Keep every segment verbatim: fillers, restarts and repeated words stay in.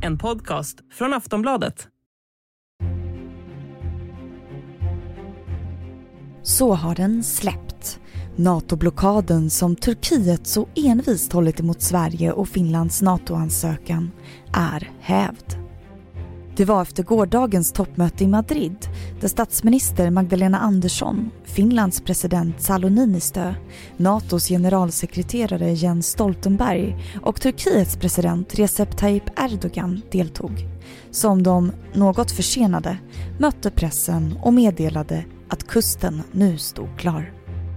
En podcast från Aftonbladet. Så har den släppt. NATO-blockaden som Turkiet så envist hållit emot Sverige och Finlands NATO-ansökan är hävd. Det var efter gårdagens toppmöte i Madrid där statsminister Magdalena Andersson, Finlands president Sauli Niinistö, NATOs generalsekreterare Jens Stoltenberg och Turkiets president Recep Tayyip Erdogan deltog. Som de, något försenade, mötte pressen och meddelade att kusten nu stod klar.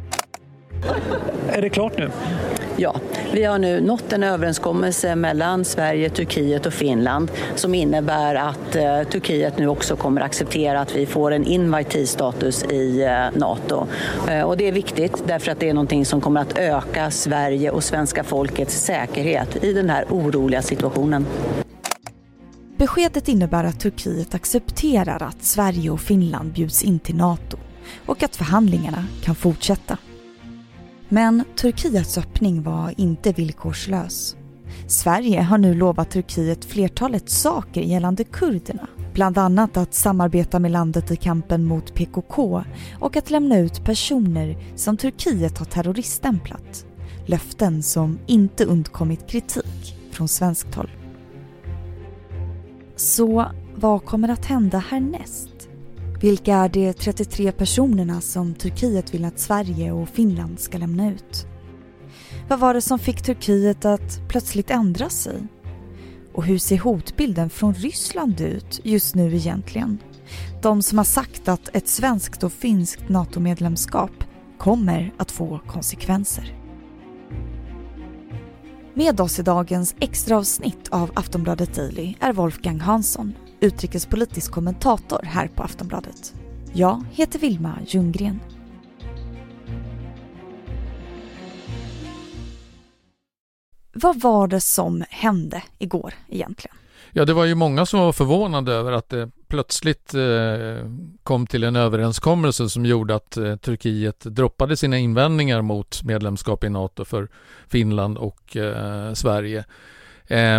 Är det klart nu? Ja, vi har nu nått en överenskommelse mellan Sverige, Turkiet och Finland som innebär att eh, Turkiet nu också kommer acceptera att vi får en invitee-status i eh, NATO. Eh, och det är viktigt därför att det är någonting som kommer att öka Sverige och svenska folkets säkerhet i den här oroliga situationen. Beskedet innebär att Turkiet accepterar att Sverige och Finland bjuds in till NATO och att förhandlingarna kan fortsätta. Men Turkiets öppning var inte villkorslös. Sverige har nu lovat Turkiet flertalet saker gällande kurderna. Bland annat att samarbeta med landet i kampen mot P K K och att lämna ut personer som Turkiet har terroriststämplat. Löften som inte undkommit kritik från svenskt håll. Så vad kommer att hända härnäst? Vilka är de trettiotre personerna som Turkiet vill att Sverige och Finland ska lämna ut? Vad var det som fick Turkiet att plötsligt ändra sig? Och hur ser hotbilden från Ryssland ut just nu egentligen? De som har sagt att ett svenskt och finskt NATO-medlemskap kommer att få konsekvenser. Med oss i dagens extra avsnitt av Aftonbladet Daily är Wolfgang Hansson, utrikespolitisk kommentator här på Aftonbladet. Jag heter Vilma Ljunggren. Vad var det som hände igår egentligen? Ja, det var ju många som var förvånade över att det plötsligt eh, kom till en överenskommelse som gjorde att eh, Turkiet droppade sina invändningar mot medlemskap i NATO för Finland och eh, Sverige. Eh,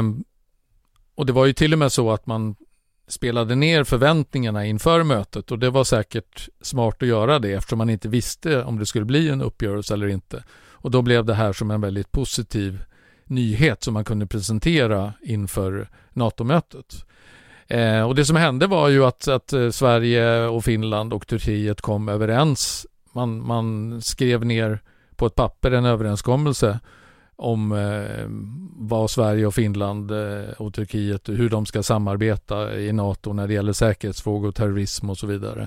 och det var ju till och med så att man spelade ner förväntningarna inför mötet, och det var säkert smart att göra det eftersom man inte visste om det skulle bli en uppgörelse eller inte. Och då blev det här som en väldigt positiv nyhet som man kunde presentera inför NATO-mötet. Eh, och det som hände var ju att, att Sverige och Finland och Turkiet kom överens. Man, man skrev ner på ett papper en överenskommelse om eh, vad Sverige och Finland eh, och Turkiet, hur de ska samarbeta i NATO när det gäller säkerhetsfrågor och terrorism och så vidare.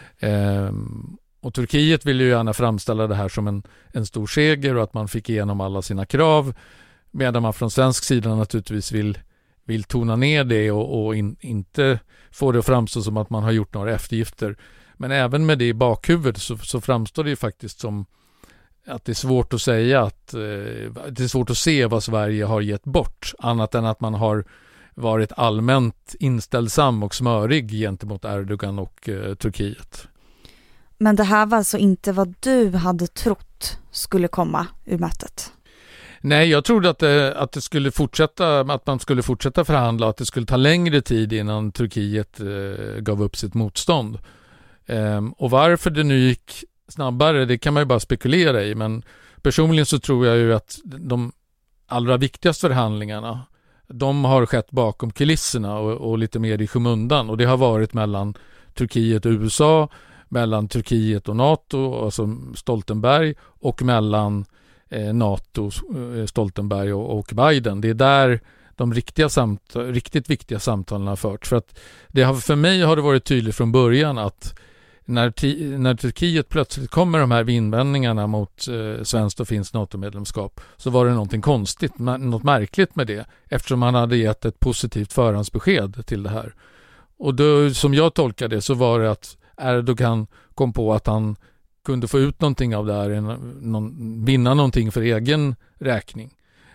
Eh, och Turkiet vill ju gärna framställa det här som en, en stor seger och att man fick igenom alla sina krav, medan man från svensk sida naturligtvis vill, vill tona ner det och, och in, inte få det att framstå som att man har gjort några eftergifter. Men även med det i bakhuvudet så, så framstår det ju faktiskt som att det är svårt att säga att eh, det är svårt att se vad Sverige har gett bort, annat än att man har varit allmänt inställsam och smörig gentemot Erdogan och eh, Turkiet. Men det här var alltså inte vad du hade trott skulle komma ur mötet? Nej, jag trodde att det, att det skulle fortsätta, att man skulle fortsätta förhandla och att det skulle ta längre tid innan Turkiet eh, gav upp sitt motstånd. Ehm, och varför det nu gick snabbare, det kan man ju bara spekulera i, men personligen så tror jag ju att de allra viktigaste förhandlingarna, de har skett bakom kulisserna och, och lite mer i skymundan, och det har varit mellan Turkiet och U S A, mellan Turkiet och NATO, alltså Stoltenberg, och mellan eh, NATO, eh, Stoltenberg och, och Biden. Det är där de riktiga samt, riktigt viktiga samtalen har förts. För att det har, för mig har det varit tydligt från början att när, ti, när Turkiet plötsligt kommer de här invändningarna mot eh, svenskt och finskt NATO-medlemskap, så var det någonting konstigt, något märkligt med det, eftersom man hade gett ett positivt förhandsbesked till det här. Och då, som jag tolkade det, så var det att Erdogan kom på att han kunde få ut någonting av det här, någon, vinna någonting för egen räkning.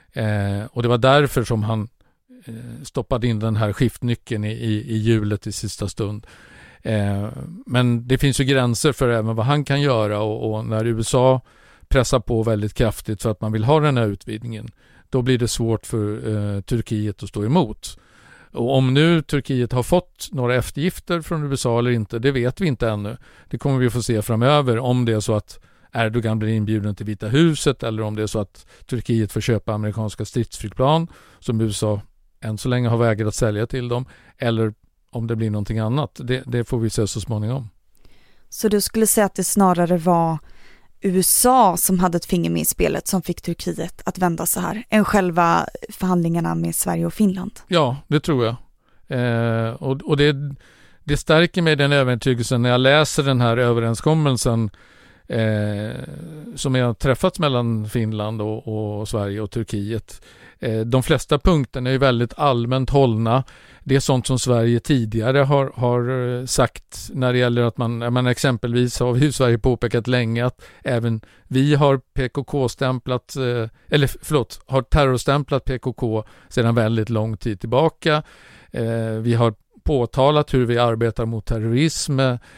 Eh, och det var därför som han eh, stoppade in den här skiftnyckeln i, i, i hjulet i sista stund. Eh, men det finns ju gränser för även vad han kan göra, och, och när U S A pressar på väldigt kraftigt för att man vill ha den här utvidgningen, då blir det svårt för eh, Turkiet att stå emot. Och om nu Turkiet har fått några eftergifter från U S A eller inte, det vet vi inte ännu. Det kommer vi få se framöver om det är så att Erdogan blir inbjuden till Vita huset eller om det är så att Turkiet får köpa amerikanska stridsflygplan som U S A än så länge har vägrat att sälja till dem, eller om det blir någonting annat. Det, det får vi se så småningom. Så du skulle säga att det snarare var U S A som hade ett finger med i spelet som fick Turkiet att vända så här än själva förhandlingarna med Sverige och Finland? Ja, det tror jag. Eh, och och det, det stärker mig den övertygelsen när jag läser den här överenskommelsen eh, som har träffats mellan Finland och, och Sverige och Turkiet. Eh, de flesta punkterna är väldigt allmänt hållna. Det är sånt som Sverige tidigare har, har sagt när det gäller att man, man exempelvis har vi i Sverige påpekat länge att även vi har P K K-stämplat, eller förlåt, har terrorstämplat P K K sedan väldigt lång tid tillbaka. Vi har påtalat hur vi arbetar mot terrorism.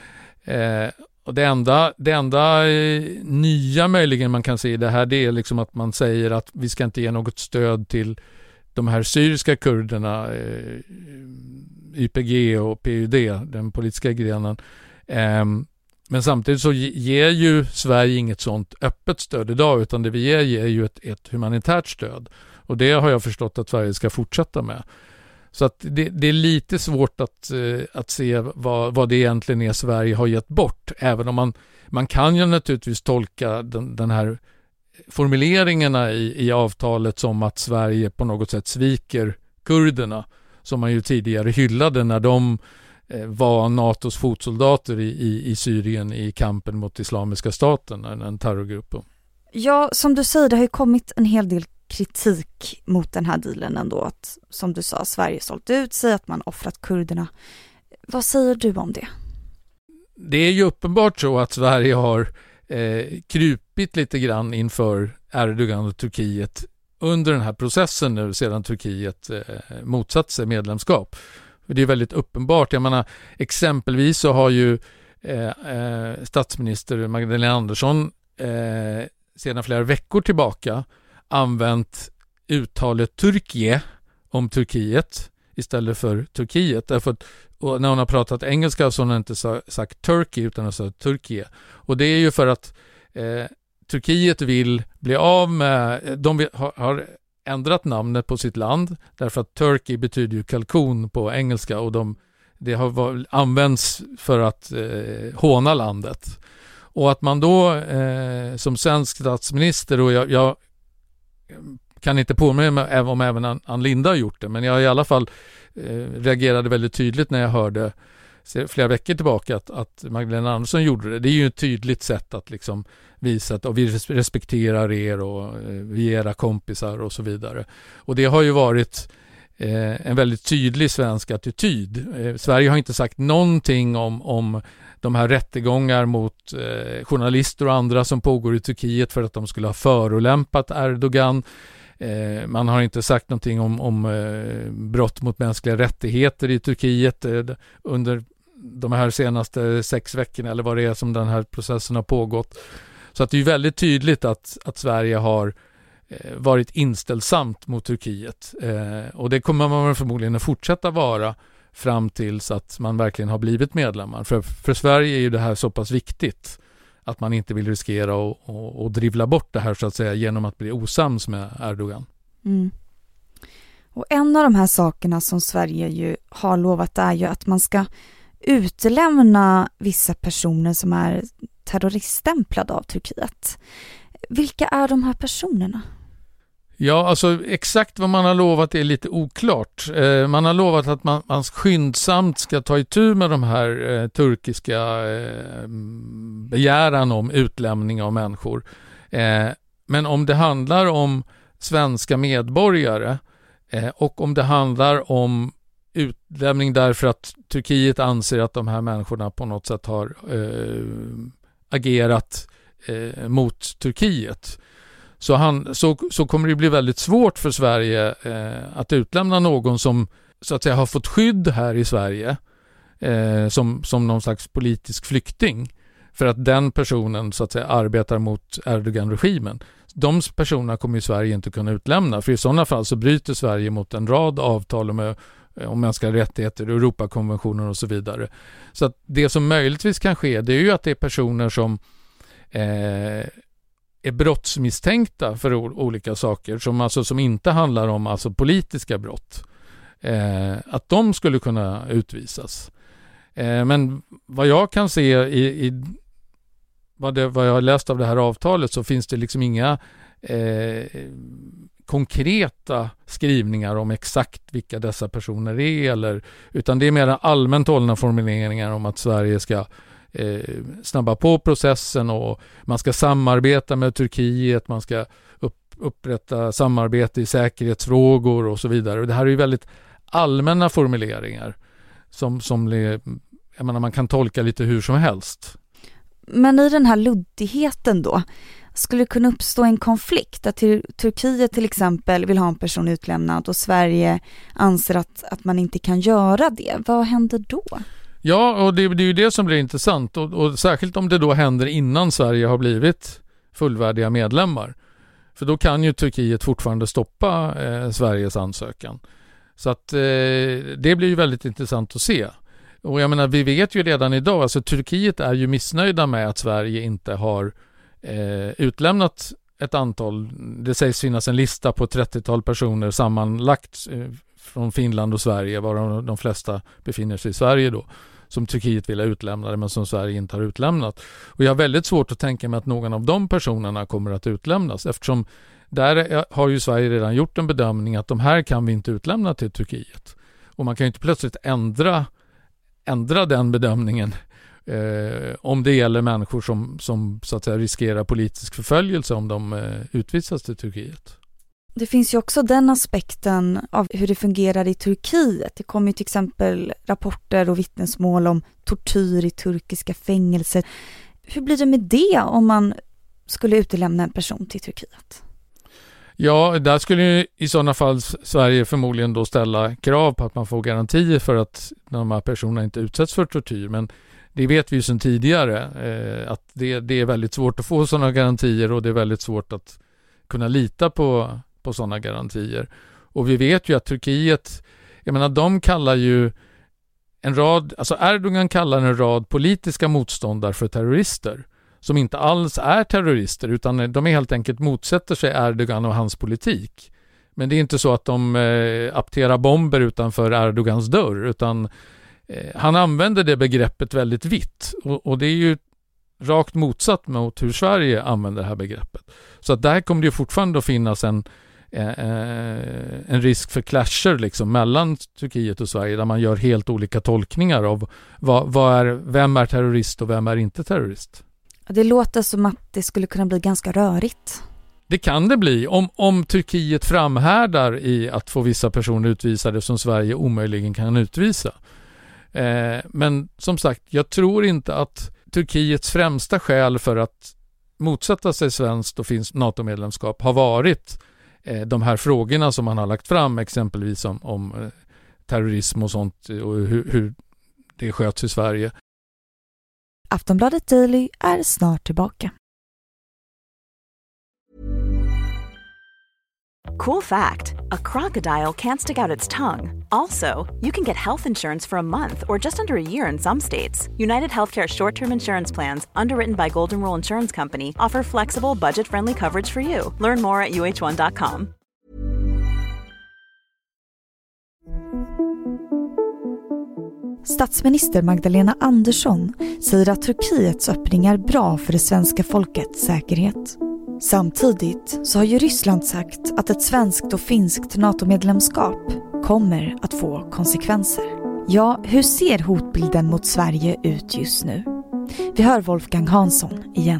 Och det enda, det enda nya möjligen man kan se i det här, det är liksom att man säger att vi ska inte ge något stöd till de här syriska kurderna, eh, Y P G och P U D, den politiska grenen. Eh, men samtidigt så ger ju Sverige inget sånt öppet stöd idag, utan det vi ger, ger ju ett, ett humanitärt stöd. Och det har jag förstått att Sverige ska fortsätta med. Så att det, det är lite svårt att, eh, att se vad, vad det egentligen är Sverige har gett bort. Även om man, man kan ju naturligtvis tolka den, den här formuleringarna i, i avtalet som att Sverige på något sätt sviker kurderna som man ju tidigare hyllade när de eh, var NATOs fotsoldater i, i, i Syrien i kampen mot Islamiska staten, en, en terrorgrupp. Ja, som du säger, det har ju kommit en hel del kritik mot den här dealen ändå, att som du sa, Sverige sålt ut sig, att man offrat kurderna. Vad säger du om det? Det är ju uppenbart så att Sverige har eh, krupit lite grann inför Erdogan och Turkiet under den här processen nu sedan Turkiet eh, motsatt sig medlemskap. Det är väldigt uppenbart. Jag menar, exempelvis så har ju eh, eh, statsminister Magdalena Andersson eh, sedan flera veckor tillbaka använt uttalet Turkiye om Turkiet istället för Turkiet. Därför att, och när hon har pratat engelska så har hon inte sagt Turkey utan har sagt Turkiye. Och det är ju för att eh, Turkiet vill bli av med, de vill, har, har ändrat namnet på sitt land därför att Turkey betyder ju kalkon på engelska och de, det har var, använts för att eh, håna landet. Och att man då eh, som svensk statsminister, och jag, jag kan inte påminna mig om även Ann Linde har gjort det, men jag i alla fall eh, reagerade väldigt tydligt när jag hörde flera veckor tillbaka att, att Magdalena Andersson gjorde det. Det är ju ett tydligt sätt att liksom visa att och vi respekterar er och eh, vi är era kompisar och så vidare. Och det har ju varit eh, en väldigt tydlig svensk attityd. Eh, Sverige har inte sagt någonting om, om de här rättegångar mot eh, journalister och andra som pågår i Turkiet för att de skulle ha förolämpat Erdogan. Eh, man har inte sagt någonting om, om eh, brott mot mänskliga rättigheter i Turkiet eh, under de här senaste sex veckorna eller vad det är som den här processen har pågått. Så att det är väldigt tydligt att, att Sverige har eh, varit inställsamt mot Turkiet. Eh, och det kommer man förmodligen att fortsätta vara fram tills att man verkligen har blivit medlemmar. För, för Sverige är ju det här så pass viktigt att man inte vill riskera att och, och drivla bort det här så att säga genom att bli osams med Erdogan. Mm. Och en av de här sakerna som Sverige ju har lovat är ju att man ska utlämna vissa personer som är terroriststämplade av Turkiet. Vilka är de här personerna? Ja, alltså exakt vad man har lovat är lite oklart. Eh, man har lovat att man, man skyndsamt ska ta itu med de här eh, turkiska eh, begäran om utlämning av människor. Eh, men om det handlar om svenska medborgare eh, och om det handlar om utlämning därför att Turkiet anser att de här människorna på något sätt har eh, agerat eh, mot Turkiet, Så, han, så, så kommer det bli väldigt svårt för Sverige eh, att utlämna någon som så att säga har fått skydd här i Sverige eh, som, som någon slags politisk flykting för att den personen så att säga arbetar mot Erdogan-regimen. De personerna kommer ju Sverige inte kunna utlämna, för i sådana fall så bryter Sverige mot en rad avtal med om mänskliga rättigheter, Europakonventioner och så vidare. Så att det som möjligtvis kan ske, det är ju att det är personer som eh, är brottsmisstänkta för o- olika saker som, alltså, som inte handlar om alltså, politiska brott. Eh, att de skulle kunna utvisas. Eh, men vad jag kan se i, i vad, det, vad jag har läst av det här avtalet så finns det liksom inga eh, konkreta skrivningar om exakt vilka dessa personer är, eller, utan det är mer allmänt hållna formuleringar om att Sverige ska eh, snabba på processen och man ska samarbeta med Turkiet, man ska upp, upprätta samarbete i säkerhetsfrågor och så vidare. Och det här är ju väldigt allmänna formuleringar som, som jag menar, man kan tolka lite hur som helst. Men i den här luddigheten då, skulle det kunna uppstå en konflikt att Tur- Turkiet till exempel vill ha en person utlämnad och Sverige anser att, att man inte kan göra det? Vad händer då? Ja, och det, det är ju det som blir intressant och, och särskilt om det då händer innan Sverige har blivit fullvärdiga medlemmar. För då kan ju Turkiet fortfarande stoppa eh, Sveriges ansökan. Så att eh, det blir ju väldigt intressant att se. Och jag menar, vi vet ju redan idag, alltså Turkiet är ju missnöjda med att Sverige inte har eh, utlämnat ett antal, det sägs finnas en lista på trettiotal personer sammanlagt eh, från Finland och Sverige, varav de flesta befinner sig i Sverige då, som Turkiet vill ha utlämnade men som Sverige inte har utlämnat. Och jag har väldigt svårt att tänka mig att någon av de personerna kommer att utlämnas, eftersom där har ju Sverige redan gjort en bedömning att de här kan vi inte utlämna till Turkiet. Och man kan ju inte plötsligt ändra, ändra den bedömningen eh, om det gäller människor som, som så att säga riskerar politisk förföljelse om de eh, utvisas till Turkiet. Det finns ju också den aspekten av hur det fungerar i Turkiet. Det kommer ju till exempel rapporter och vittnesmål om tortyr i turkiska fängelser. Hur blir det med det om man skulle utelämna en person till Turkiet? Ja, där skulle ju i sådana fall Sverige förmodligen då ställa krav på att man får garantier för att de här personerna inte utsätts för tortyr. Men det vet vi ju sedan tidigare eh, att det, det är väldigt svårt att få sådana garantier och det är väldigt svårt att kunna lita på, på sådana garantier. Och vi vet ju att Turkiet, jag menar de kallar ju en rad, alltså Erdogan kallar en rad politiska motståndare för terrorister. Som inte alls är terrorister utan de är helt enkelt motsätter sig Erdogan och hans politik. Men det är inte så att de eh, apterar bomber utanför Erdogans dörr utan eh, han använder det begreppet väldigt vitt och, och det är ju rakt motsatt mot hur Sverige använder det här begreppet. Så att där kommer det ju fortfarande att finnas en, eh, en risk för clasher liksom, mellan Turkiet och Sverige där man gör helt olika tolkningar av vad, vad är, vem är terrorist och vem är inte terrorist. Det låter som att det skulle kunna bli ganska rörigt. Det kan det bli om, om Turkiet framhärdar i att få vissa personer utvisade som Sverige omöjligen kan utvisa. Eh, men som sagt, jag tror inte att Turkiets främsta skäl för att motsätta sig svenskt och finns NATO-medlemskap har varit eh, de här frågorna som man har lagt fram, exempelvis om, om eh, terrorism och sånt och hur, hur det sköts i Sverige. Aftonbladet Daily är snart tillbaka. Cool fact, a crocodile can't stick out its tongue. Also, you can get health insurance for a month or just under a year in some states. United Healthcare short-term insurance plans, underwritten by Golden Rule Insurance Company, offer flexible, budget-friendly coverage for you. Learn more at U H one dot com. Statsminister Magdalena Andersson säger att Turkiets öppning är bra för det svenska folkets säkerhet. Samtidigt så har ju Ryssland sagt att ett svenskt och finskt NATO-medlemskap kommer att få konsekvenser. Ja, hur ser hotbilden mot Sverige ut just nu? Vi hör Wolfgang Hansson igen.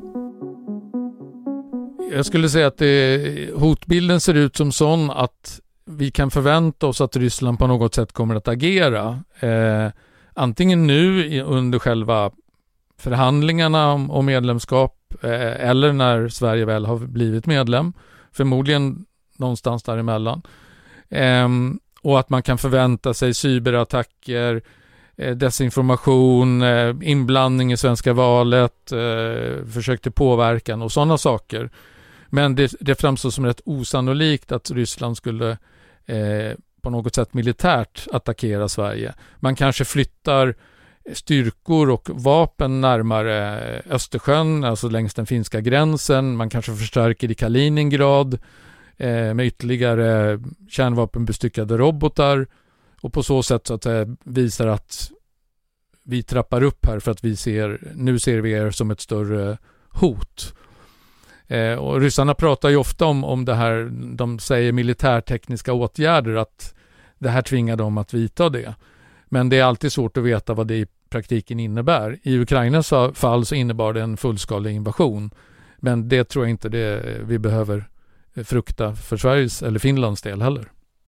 Jag skulle säga att det, hotbilden ser ut som sån att vi kan förvänta oss att Ryssland på något sätt kommer att agera. Eh, antingen nu under själva förhandlingarna om, om medlemskap eh, eller när Sverige väl har blivit medlem. Förmodligen någonstans däremellan. Eh, och att man kan förvänta sig cyberattacker, eh, desinformation, eh, inblandning i svenska valet, eh, försök till påverkan och sådana saker. Men det, det framstår som rätt osannolikt att Ryssland skulle eh, på något sätt militärt attackera Sverige. Man kanske flyttar styrkor och vapen närmare Östersjön, alltså längs den finska gränsen. Man kanske förstärker i Kaliningrad eh, med ytterligare kärnvapenbestyckade robotar och på så sätt så att säga visar att vi trappar upp här för att vi ser, nu ser vi er som ett större hot. Eh, och ryssarna pratar ju ofta om, om det här, de säger militärtekniska åtgärder, att det här tvingar dem att vidta det. Men det är alltid svårt att veta vad det i praktiken innebär. I Ukrainas fall så innebar det en fullskalig invasion. Men det tror jag inte det vi behöver frukta för Sveriges eller Finlands del heller.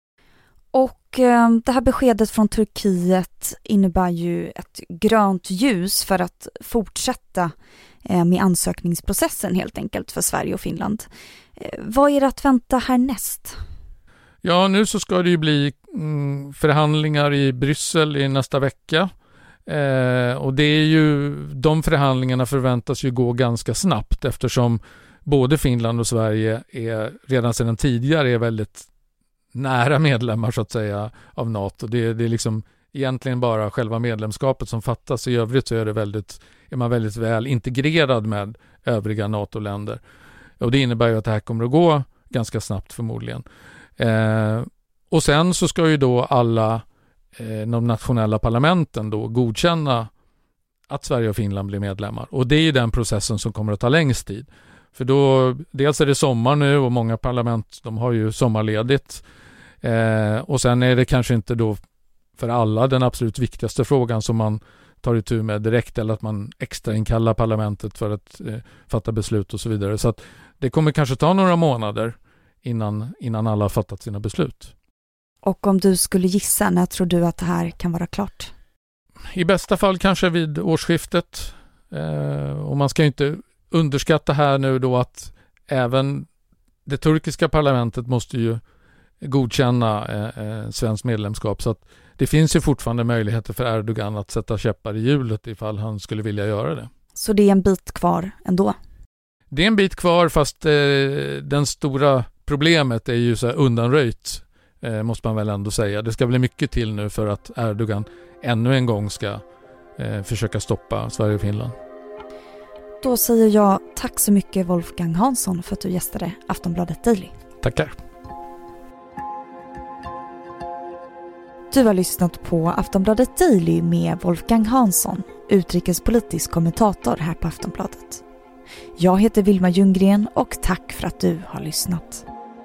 Och eh, det här beskedet från Turkiet innebär ju ett grönt ljus för att fortsätta eh, med ansökningsprocessen helt enkelt för Sverige och Finland. Eh, vad är det att vänta härnäst? Ja, nu så ska det ju bli mm, förhandlingar i Bryssel i nästa vecka. Eh, och det är ju, de förhandlingarna förväntas ju gå ganska snabbt eftersom både Finland och Sverige är redan sedan tidigare är väldigt nära medlemmar så att säga av NATO. Det, det är liksom egentligen bara själva medlemskapet som fattas. I övrigt så är, det väldigt, är man väldigt väl integrerad med övriga NATO-länder. Och det innebär ju att det här kommer att gå ganska snabbt förmodligen. Eh, och sen så ska ju då alla eh, de nationella parlamenten då godkänna att Sverige och Finland blir medlemmar. Och det är ju den processen som kommer att ta längst tid. För då, dels är det sommar nu och många parlament de har ju sommarledigt. Eh, och sen är det kanske inte då för alla den absolut viktigaste frågan som man tar itu med direkt, eller att man extra inkallar parlamentet för att eh, fatta beslut och så vidare. Så att det kommer kanske ta några månader innan, innan alla har fattat sina beslut. Och om du skulle gissa, när tror du att det här kan vara klart? I bästa fall kanske vid årsskiftet. Eh, och man ska ju inte underskatta här nu då att även det turkiska parlamentet måste ju godkänna eh, eh, svensk medlemskap, så att det finns ju fortfarande möjligheter för Erdogan att sätta käppar i hjulet ifall han skulle vilja göra det. Så det är en bit kvar ändå? Det är en bit kvar, fast eh, den stora problemet är ju så här undanröjt, eh, måste man väl ändå säga. Det ska bli mycket till nu för att Erdogan ännu en gång ska eh, försöka stoppa Sverige och Finland. Då säger jag tack så mycket Wolfgang Hansson för att du gästade Aftonbladet Daily. Tackar. Du har lyssnat på Aftonbladet Daily med Wolfgang Hansson, utrikespolitisk kommentator här på Aftonbladet. Jag heter Vilma Ljunggren och tack för att du har lyssnat.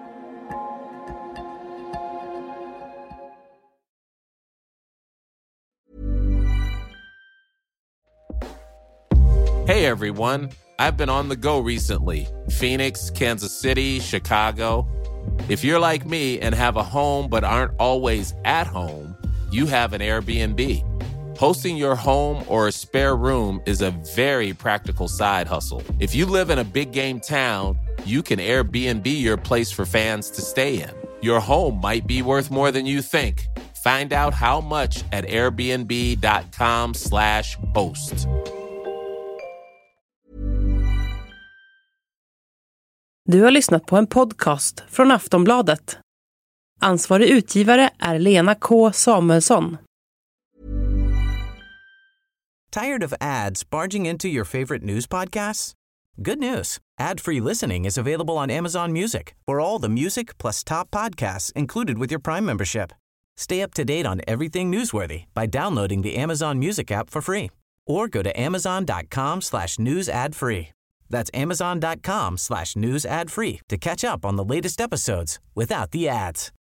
Hey everyone, I've been on the go recently. Phoenix, Kansas City, Chicago. If you're like me and have a home but aren't always at home, you have an Airbnb. Hosting your home or a spare room is a very practical side hustle. If you live in a big game town, you can Airbnb your place for fans to stay in. Your home might be worth more than you think. Find out how much at airbnb.com slash host. Du har lyssnat på en podcast från Aftonbladet. Ansvarig utgivare är Lena K. Samuelsson. Tired of ads barging into your favorite news podcasts? Good news. Ad-free listening is available on Amazon Music for all the music plus top podcasts included with your Prime membership. Stay up to date on everything newsworthy by downloading the Amazon Music app for free or go to amazon.com slash news ad free. That's amazon.com slash news ad free to catch up on the latest episodes without the ads.